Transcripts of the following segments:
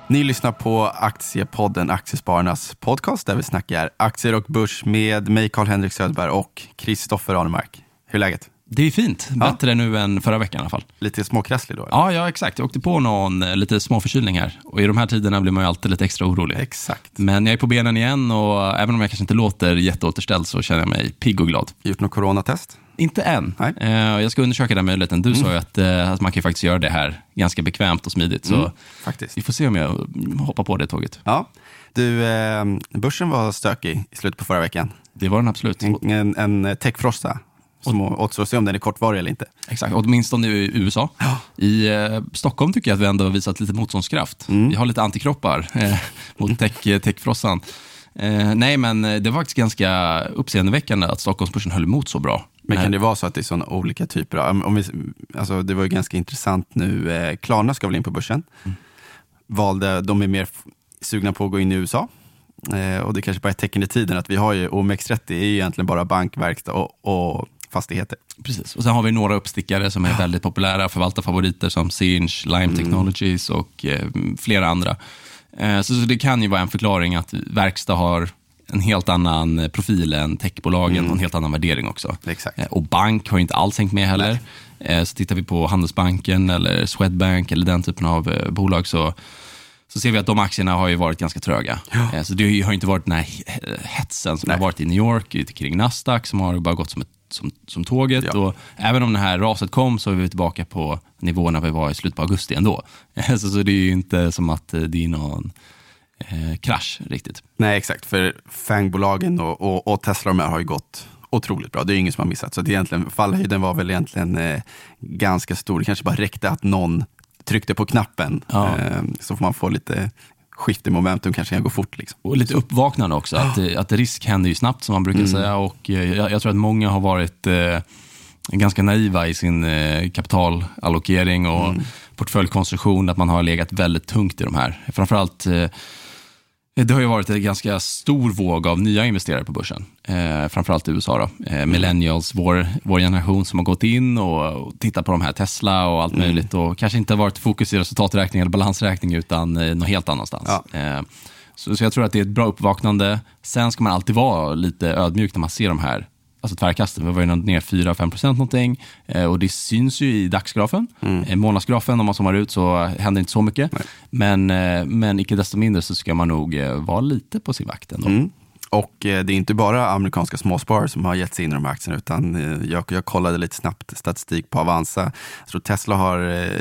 Ni lyssnar på Aktiepodden, Aktiespararnas podcast där vi snackar aktier och börs med mig, Carl-Henrik Söderberg och Kristoffer Arnemark. Hur är läget? Det är fint. Bättre nu än förra veckan i alla fall. Lite småkrasslig då? Eller? Ja, exakt. Jag åkte på lite småförkylning här. Och i de här tiderna blir man ju alltid lite extra orolig. Exakt. Men jag är på benen igen och även om jag kanske inte låter jätteåterställd så känner jag mig pigg och glad. Gjort något coronatest? Inte än. Jag ska undersöka den möjligheten. Du sa ju att man kan faktiskt göra det här ganska bekvämt och smidigt. Så faktiskt. Vi får se om jag hoppar på det tåget. Ja. Du, börsen var stökig i slutet på förra veckan. Det var den absolut. En techfrossa. Som återstår att se om den är kortvarig eller inte. Exakt, åtminstone i USA. Ja. I Stockholm tycker jag att vi ändå har visat lite motståndskraft. Vi har lite antikroppar mot techfrossan. Nej, men det var faktiskt ganska uppseendeväckande att Stockholmsbörsen höll emot så bra. Men kan det vara så att det är sådana olika typer av... Alltså det var ju ganska intressant nu. Klarna ska väl in på börsen. De är mer sugna på att gå in i USA. Och det kanske bara är ett tecken i tiden att vi har ju OMX30 är ju egentligen bara bank, verkstad och fastigheter. Precis, och sen har vi några uppstickare som är väldigt populära förvaltarfavoriter som Sinch, Lime Technologies och flera andra. Så det kan ju vara en förklaring att verkstad har en helt annan profil än techbolagen och en helt annan värdering också. Exakt. Och bank har ju inte alls hängt med heller. Så tittar vi på Handelsbanken eller Swedbank eller den typen av bolag så ser vi att de aktierna har ju varit ganska tröga. Ja. Så det har ju inte varit den här hetsen som har varit i New York kring Nasdaq som har bara gått som tåget. Ja. Och även om det här raset kom så är vi tillbaka på nivåerna vi var i slutet på augusti ändå. Så det är ju inte som att det är någon krasch riktigt. Nej, exakt. För FANG-bolagen och Tesla de här har ju gått otroligt bra. Det är ingen som har missat. Så det egentligen, fallhöjden var väl egentligen ganska stor. Det kanske bara räckte att någon tryckte på knappen så får man få lite skift i momentum, kanske kan gå fort. Liksom. Och lite uppvaknande också, att risk händer ju snabbt som man brukar säga och jag tror att många har varit ganska naiva i sin kapitalallokering och portföljkonstruktion, att man har legat väldigt tungt i de här. Framförallt det har ju varit en ganska stor våg av nya investerare på börsen. Framförallt i USA då. Millennials, vår generation som har gått in och tittat på de här Tesla och allt möjligt. Och kanske inte har varit fokus i resultaträkning eller balansräkning utan något helt annanstans. Ja. Så jag tror att det är ett bra uppvaknande. Sen ska man alltid vara lite ödmjuk när man ser de här. Alltså tvärkasten, vi var ju ner 4-5% någonting. Och det syns ju i dagsgrafen. Månadsgrafen, om man zoomar ut så händer inte så mycket. Men icke desto mindre så ska man nog vara lite på sin vakt ändå. Och det är inte bara amerikanska småsparare som har gett sig in i de här aktierna, utan jag kollade lite snabbt statistik på Avanza. Jag tror Tesla har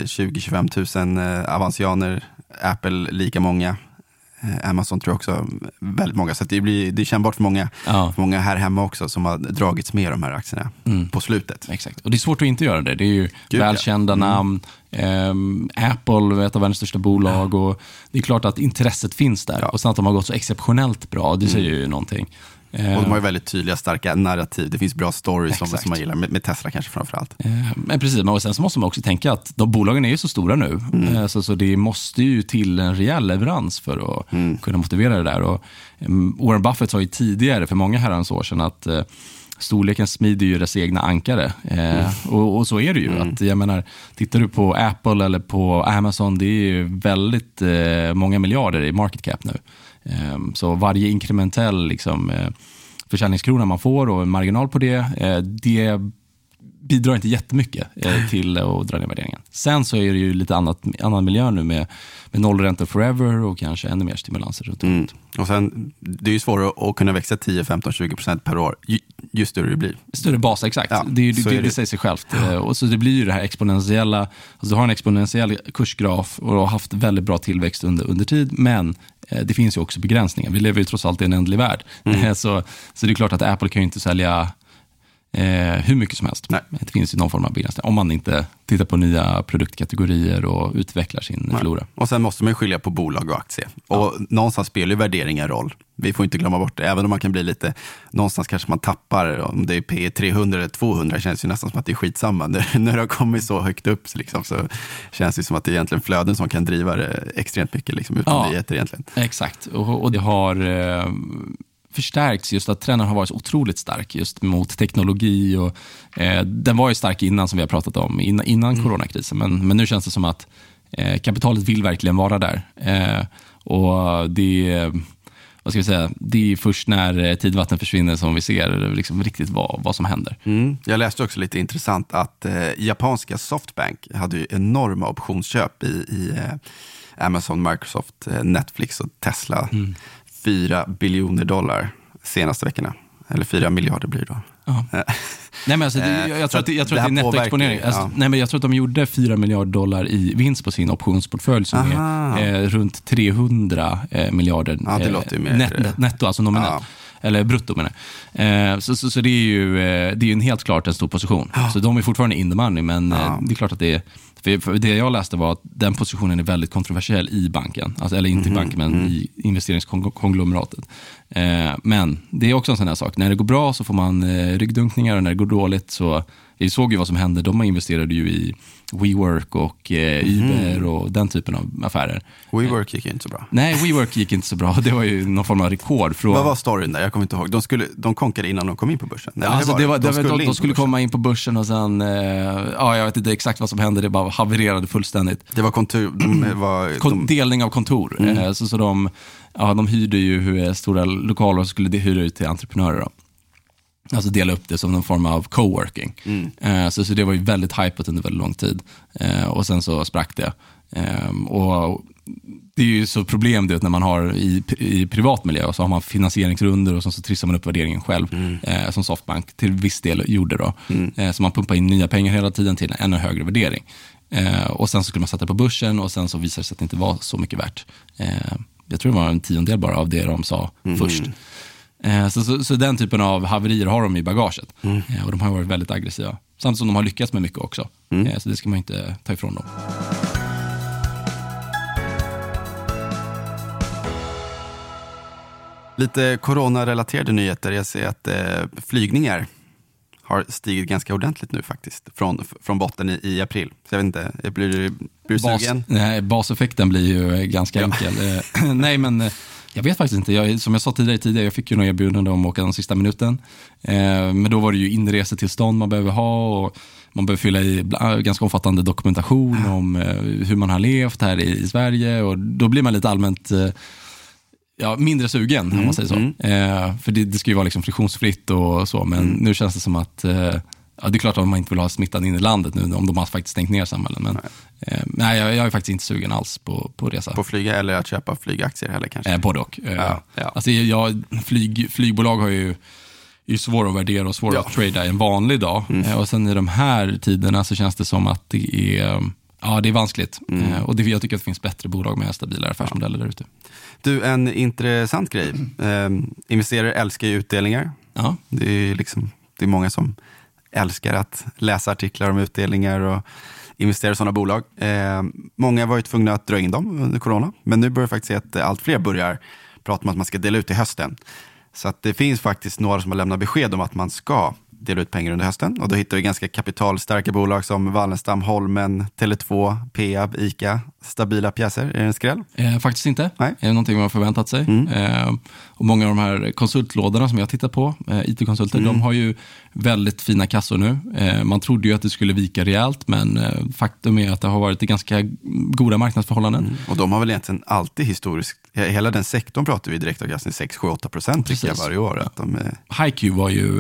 20-25 000 avansianer, Apple lika många. Amazon tror jag också väldigt många, så att det är kännbart för många här hemma också som har dragits med de här aktierna på slutet. Exakt, och det är svårt att inte göra det. Det är ju välkända namn. Apple är ett av världens största bolag och det är klart att intresset finns där och sen att de har gått så exceptionellt bra, det säger ju någonting. Och de har ju väldigt tydliga, starka narrativ. Det finns bra stories som man gillar, med Tesla kanske framförallt. Men precis, och sen så måste man också tänka att de bolagen är ju så stora nu. Så det måste ju till en rejäl leverans för att kunna motivera det där. Och Warren Buffett sa ju tidigare, för många herrans år sedan, att storleken smider ju dess egna ankare. Och så är det ju. Att, jag menar, tittar du på Apple eller på Amazon, det är ju väldigt många miljarder i market cap nu. Så varje inkrementell försäljningskrona man får och en marginal på det bidrar inte jättemycket till att dra ner värderingen. Sen så är det ju lite annan miljö nu med nollräntor forever och kanske ännu mer stimulanser runt om. Och sen, det är ju svårare att kunna växa 10, 15, 20% per år ju större det blir. Större bas, exakt. Ja, det säger sig självt. Och så det blir ju det här exponentiella, alltså du har en exponentiell kursgraf och har haft väldigt bra tillväxt under tid, men det finns ju också begränsningar. Vi lever ju trots allt i en ändlig värld. Så det är klart att Apple kan ju inte sälja hur mycket som helst. Nej. Det finns ju någon form av begränsning om man inte tittar på nya produktkategorier och utvecklar sin flora. Och sen måste man ju skilja på bolag och aktie. Och någonstans spelar ju värderingar roll. Vi får inte glömma bort det. Även om man kan bli lite, någonstans kanske man tappar, om det är P 300 eller 200 känns det nästan som att det är skitsamma. När det har kommit så högt upp så känns det som att det är egentligen flöden som kan driva det extremt mycket utan nyheter egentligen. Exakt. Och det har förstärkts just att trenden har varit så otroligt stark just mot teknologi och den var ju stark innan, som vi har pratat om innan coronakrisen, men nu känns det som att Kapitalet vill verkligen vara där. Och det, vad ska vi säga, det är först när tidvatten försvinner som vi ser liksom riktigt vad som händer. Jag läste också lite intressant att japanska Softbank hade ju enorma optionsköp i Amazon, Microsoft, Netflix och Tesla. $4 biljoner senaste veckorna. Eller 4 miljarder blir det då. Nej, men alltså, jag tror att det är nettoexponering. Alltså, nej, men jag tror att de gjorde $4 miljarder i vinst på sin optionsportfölj som är runt 300 miljarder det låter ju mer netto, alltså nominellt. Eller brutto menar jag. Så det är ju en helt klart en stor position. Så de är fortfarande in the money, men det är klart att det är... För det jag läste var att den positionen är väldigt kontroversiell i banken. Alltså, eller inte i banken, men i investeringskonglomeratet. Men det är också en sån här sak. När det går bra så får man ryggdunkningar, och när det går dåligt så... Vi såg ju vad som hände. De investerade ju i WeWork och Uber och den typen av affärer. WeWork gick inte så bra. Nej, WeWork gick inte så bra. Det var ju någon form av rekord. Vad var storyn där? Jag kommer inte ihåg. De konkade innan de kom in på börsen. De skulle komma in på börsen och sen... jag vet inte exakt vad som hände. Det bara havererade fullständigt. Det var delning av kontor. Så de hyrde ju stora lokaler och skulle hyra ut till entreprenörer då. Alltså dela upp det som någon form av coworking. Så det var ju väldigt hypat under väldigt lång tid. Och sen så sprack det. Och det är ju så problem det när man har i privat miljö, och så har man finansieringsrunder och så trissar man upp värderingen själv. Som Softbank till viss del gjorde då. Så man pumpar in nya pengar hela tiden till en ännu högre värdering. Och sen så skulle man sätta på börsen, och sen så visade det sig att det inte var så mycket värt. Jag tror det var en 10% bara av det de sa först. Så den typen av haverier har de i bagaget. Och de har varit väldigt aggressiva. Samtidigt som de har lyckats med mycket också. Så det ska man inte ta ifrån dem. Lite coronarelaterade nyheter. Jag ser att flygningar har stigit ganska ordentligt nu faktiskt. Från botten i april. Så jag vet inte, blir du sugen? Nej, baseffekten blir ju ganska enkel. Nej, men... Jag vet faktiskt inte. Som jag sa tidigare, jag fick ju några erbjudanden om att åka den sista minuten. Men då var det ju inresetillstånd man behöver ha, och man behöver fylla i ganska omfattande dokumentation om hur man har levt här i Sverige, och då blir man lite allmänt mindre sugen om man säger så. För det ska ju vara liksom friktionsfritt och så, men nu känns det som att det är klart att man inte vill ha smittan in i landet nu om de har faktiskt stängt ner samhällen. Men nej, jag är faktiskt inte sugen alls på resa. På flyga eller att köpa flygaktier heller kanske? Både och. Alltså, flygbolag har ju svåra att värdera och svåra att trada en vanlig dag. Och sen i de här tiderna så känns det som att det är vanskligt. Och jag tycker att det finns bättre bolag med stabilare affärsmodeller där ute. Du, en intressant grej. Investerare älskar ju utdelningar. Ja. Det är många som älskar att läsa artiklar om utdelningar och investera i sådana bolag. Många var ju tvungna att dra in dem under corona, men nu börjar faktiskt se att allt fler börjar prata om att man ska dela ut i hösten. Så att det finns faktiskt några som har lämnat besked om att man ska dela ut pengar under hösten, och då hittar vi ganska kapitalstarka bolag som Wallenstam, Holmen, Tele2, Peab, ICA. Stabila pjäser. Är det en skräll? Faktiskt inte. Nej. Är det någonting man har förväntat sig. Och många av de här konsultlådorna som jag tittar på, IT-konsulter, de har ju väldigt fina kassor nu. Man trodde ju att det skulle vika rejält, men faktum är att det har varit ganska goda marknadsförhållanden. Och de har väl egentligen alltid historiskt, hela den sektorn pratar vi direkt av gassen 6-8% tycker jag varje år. Att HiQ var ju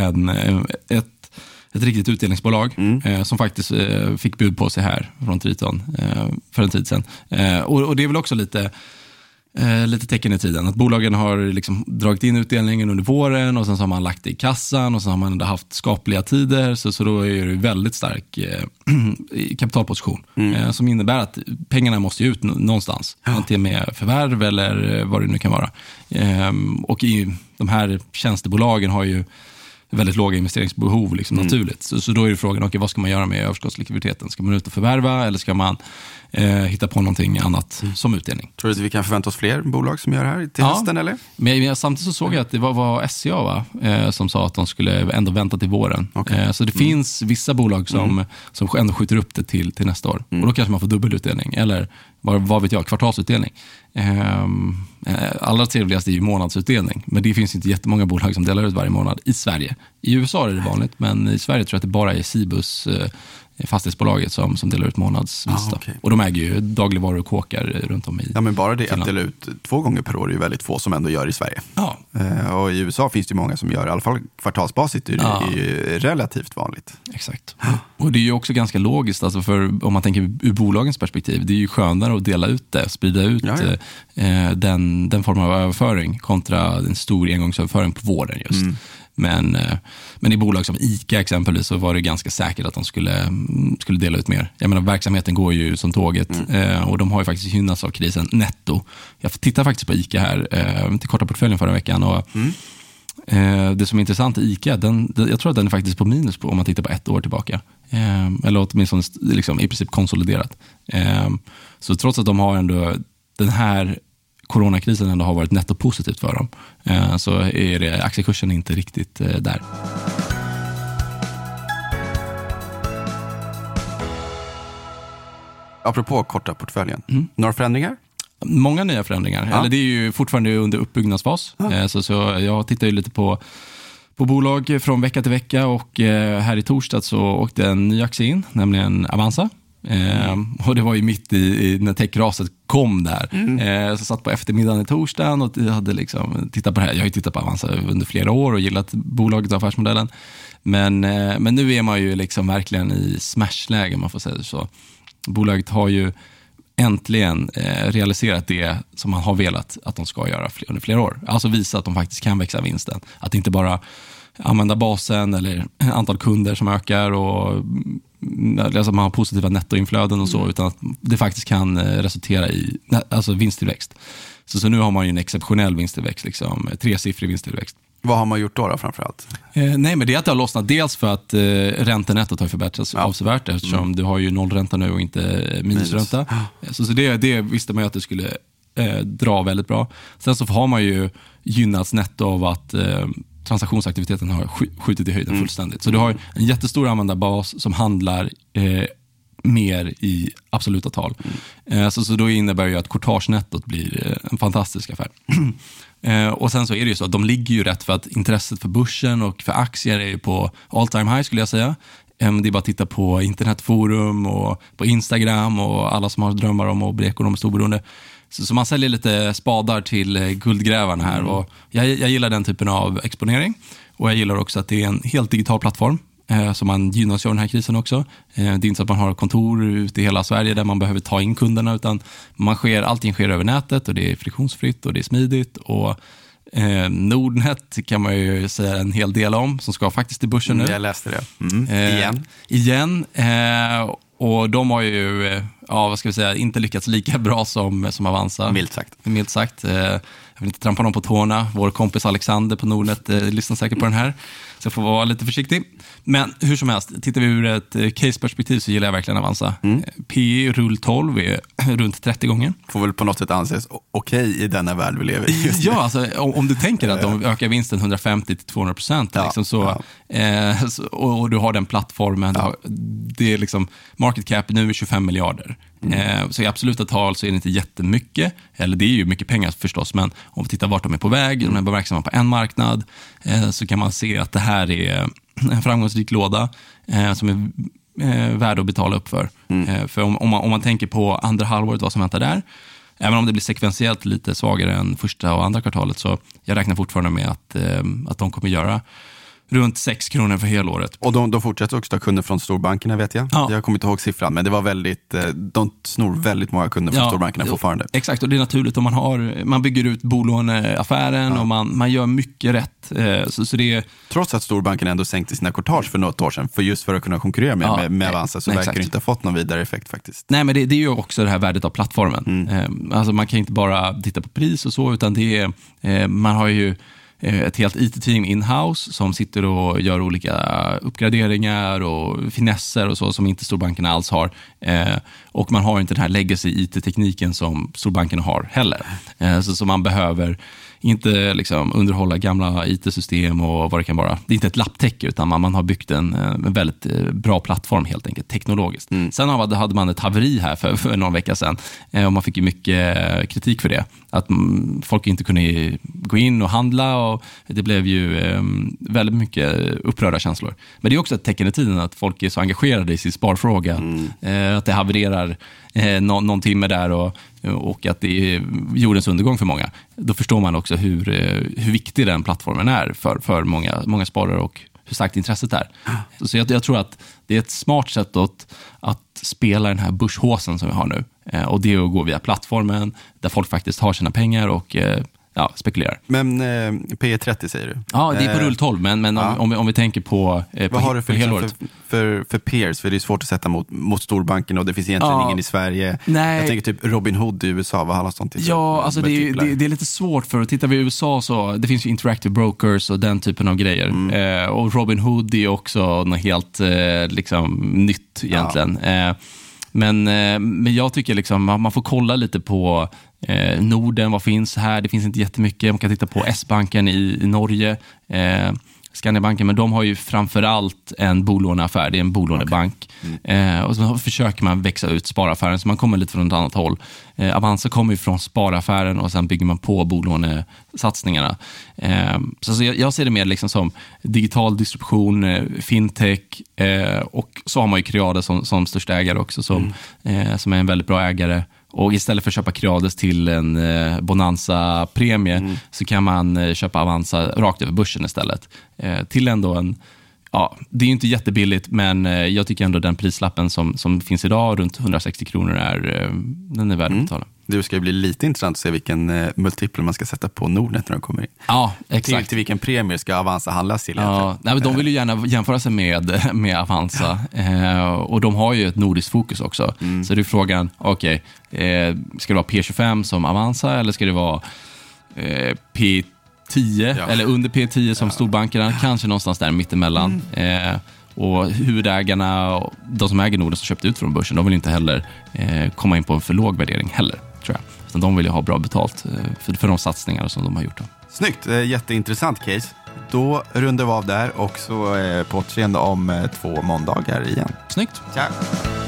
ett riktigt utdelningsbolag som faktiskt fick bud på sig här från Triton för en tid sedan. Och det är väl också lite tecken i tiden. Att bolagen har liksom dragit in utdelningen under våren, och sen så har man lagt det i kassan, och sen har man haft skapliga tider. Så då är det väldigt stark kapitalposition som innebär att pengarna måste ut någonstans. Antingen med förvärv eller vad det nu kan vara. Och i de här tjänstebolagen har ju väldigt låga investeringsbehov naturligt. Så då är det frågan, vad ska man göra med överskottslikviditeten? Ska man ut och förvärva, eller ska man hitta på någonting annat som utdelning? Tror du att vi kan förvänta oss fler bolag som gör det här till hösten, eller? Men samtidigt så såg jag att det var SCA som sa att de skulle ändå vänta till våren. Okay. Så det finns vissa bolag som ändå skjuter upp det till nästa år. Och då kanske man får dubbelutdelning, eller vad vet jag, kvartalsutdelning. Allra trevligast är ju månadsutdelning, men det finns inte jättemånga bolag som delar ut varje månad i Sverige. I USA är det vanligt, men i Sverige tror jag att det bara är Cibus fastighetsbolaget som delar ut månadsvis. Okay. Och de äger ju dagligvaror och kåkar runt om i Ja, men bara det Finland. att dela ut 2 gånger per år är ju väldigt få som ändå gör i Sverige. Ja. Och i USA finns det ju många som gör, i alla fall kvartalsbasis, det är ju relativt vanligt. Exakt. Och det är ju också ganska logiskt, alltså för om man tänker ur bolagens perspektiv, det är ju skönare att dela ut det, sprida ut den formen av överföring kontra en stor engångsöverföring på vården just. Men i bolag som ICA exempelvis så var det ganska säkert att de skulle dela ut mer. Jag menar, verksamheten går ju som tåget och de har ju faktiskt gynnats av krisen netto. Jag tittar faktiskt på ICA här till korta portföljen förra veckan och det som är intressant i ICA, jag tror att den är faktiskt på minus om man tittar på 1 år tillbaka. Eller åtminstone liksom, i princip konsoliderat. Så trots att de har ändå den här coronakrisen ändå har varit nettopositivt för dem, så är det aktiekursen inte riktigt där. Apropå korta portföljen, några förändringar? Många nya förändringar. Eller det är ju fortfarande under uppbyggnadsfas. Så jag tittar ju lite på bolag från vecka till vecka och här i torsdag så åkte en ny aktie in, nämligen Avanza. Och det var ju mitt i när techraset kom där. Så jag satt på eftermiddagen i torsdagen och hade liksom tittat på det här. Jag har ju tittat på Avanza under flera år och gillat bolagets affärsmodellen. Men nu är man ju liksom verkligen i smashläge, man får säga så. Bolaget har ju äntligen realiserat det som man har velat att de ska göra under flera år. Alltså visa att de faktiskt kan växa vinsten. Att inte bara använda basen eller antal kunder som ökar och alltså man har positiva nettoinflöden och så, utan att det faktiskt kan resultera i alltså vinsttillväxt. Så nu har man ju en exceptionell vinsttillväxt, liksom 3-siffrig vinsttillväxt. Vad har man gjort då framförallt? Nej, men det är att det har lossnat dels för att räntenettot har förbättrats avsevärt eftersom du har ju nollränta nu och inte minusränta. Så det visste man ju att det skulle dra väldigt bra. Sen så har man ju gynnats netto av att transaktionsaktiviteten har skjutit i höjden fullständigt. Så du har en jättestor användarbas som handlar mer i absoluta tal. Så då innebär ju att courtagenettot blir en fantastisk affär. Och sen så är det ju så att de ligger ju rätt för att intresset för börsen och för aktier är ju på all time high, skulle jag säga. Det är bara att titta på internetforum och på Instagram och alla som har drömmar om att bli ekonomiskt oberoende. Så man säljer lite spadar till guldgrävarna här. Och jag gillar den typen av exponering. Och jag gillar också att det är en helt digital plattform. Så man gynnas av den här krisen också. Det är inte så att man har kontor ute i hela Sverige där man behöver ta in kunderna, utan allting sker över nätet och det är friktionsfritt och det är smidigt. Och Nordnet kan man ju säga en hel del om, som ska faktiskt till börsen nu. Jag läste det. Igen. Och de har ju, vad ska vi säga, inte lyckats lika bra som Avanza. Milt sagt. Jag vill inte trampa någon på tårna. Vår kompis Alexander på Nordnet lyssnar säkert på den här. Så jag får vara lite försiktig. Men hur som helst, tittar vi ur ett case-perspektiv så gillar jag verkligen Avanza. PE rull 12 är runt 30 gånger. Får väl på något sätt anses okej i denna värld vi lever i. Ja, alltså om du tänker att de ökar vinsten 150-200%. Liksom, och du har den plattformen. Det är liksom market cap nu är 25 miljarder. Så i absoluta tal så är det inte jättemycket. Eller det är ju mycket pengar förstås, men om vi tittar vart de är på väg, de är bara verksamma på en marknad, så kan man se att det här är en framgångsrik låda som är värd att betala upp för. För om man tänker på andra halvåret, vad som väntar där, även om det blir sekventiellt lite svagare än första och andra kvartalet, så jag räknar fortfarande med att de kommer göra runt 6 kronor för helåret. Och de fortsätter också ta kunder från storbankerna, vet jag. Jag kommer inte ihåg siffran, men det var väldigt, de snor väldigt många kunder från storbankerna fortfarande. Exakt, och det är naturligt om man bygger ut bolåneaffären och man gör mycket rätt. Så det är... Trots att storbankerna ändå sänkte sina courtage för något år sedan, för att kunna konkurrera med Avanza, så verkar det inte ha fått någon vidare effekt faktiskt. Nej, men det är ju också det här värdet av plattformen. Alltså man kan inte bara titta på pris och så, utan det är, man har ju ett helt IT-team in-house som sitter och gör olika uppgraderingar och finesser och så som inte storbankerna alls har. Och man har inte den här legacy IT-tekniken som storbankerna har heller. Så man behöver inte liksom underhålla gamla IT-system och vad det kan vara. Det är inte ett lapptäcke, utan man har byggt en väldigt bra plattform helt enkelt, teknologiskt. Sen hade man ett haveri här för någon vecka sedan, och man fick ju mycket kritik för det. Att folk inte kunde gå in och handla, och det blev ju väldigt mycket upprörda känslor. Men det är också ett tecken i tiden att folk är så engagerade i sin sparfråga, att det havererar någon timme där och att det är jordens undergång för många. Då förstår man också hur viktig den plattformen är för många sparare och hur starkt intresset är. Så jag tror att det är ett smart sätt att spela den här börshåsen som vi har nu. Och det är att gå via plattformen där folk faktiskt har sina pengar och spekulerar. Men P30 säger du? Ja, det är på rull 12, men om vi tänker på vad har du för peers? För det är svårt att sätta mot storbanken, och det finns egentligen ingen i Sverige. Nej. Jag tänker typ Robin Hood i USA, vad har sånt till? Ja, alltså det är lite svårt, för att titta vid USA så det finns ju interactive brokers och den typen av grejer. Och Robin Hood är också något helt liksom nytt egentligen. Men jag tycker liksom man får kolla lite på Norden, vad finns här? Det finns inte jättemycket. Man kan titta på S-banken i Norge, Skandiabanken, men de har ju framförallt en bolåneaffär. Det är en bolånebank. Och så försöker man växa ut sparaffären, så man kommer lite från ett annat håll. Avanza kommer ju från sparaffären och sen bygger man på bolånesatsningarna. Så jag ser det mer liksom som digital distribution, fintech, och så har man ju Creades som största ägare också, som är en väldigt bra ägare. Och istället för att köpa Creades till en Bonanza-premie så kan man köpa Avanza rakt över börsen istället. Till ändå det är ju inte jättebilligt, men jag tycker ändå den prislappen som finns idag, runt 160 kronor, den är värd att betala. Det ska bli lite intressant att se vilken multipel man ska sätta på Nordnet när de kommer in. Ja, exakt. Till vilken premie ska Avanza handlas till? Ja, men de vill ju gärna jämföra sig med Avanza. Och de har ju ett nordiskt fokus också. Så det är frågan, ska det vara P25 som Avanza, eller ska det vara P10 eller under P10 som storbankerna? Kanske någonstans där mittemellan. Och huvudägarna, de som äger Norden som köpte ut från börsen, de vill inte heller komma in på en för låg värdering heller, tror jag. Så de vill ju ha bra betalt för de satsningar som de har gjort. Snyggt, jätteintressant case. Då rundar vi av där, och så på återseende om 2 måndagar igen. Snyggt. Ciao.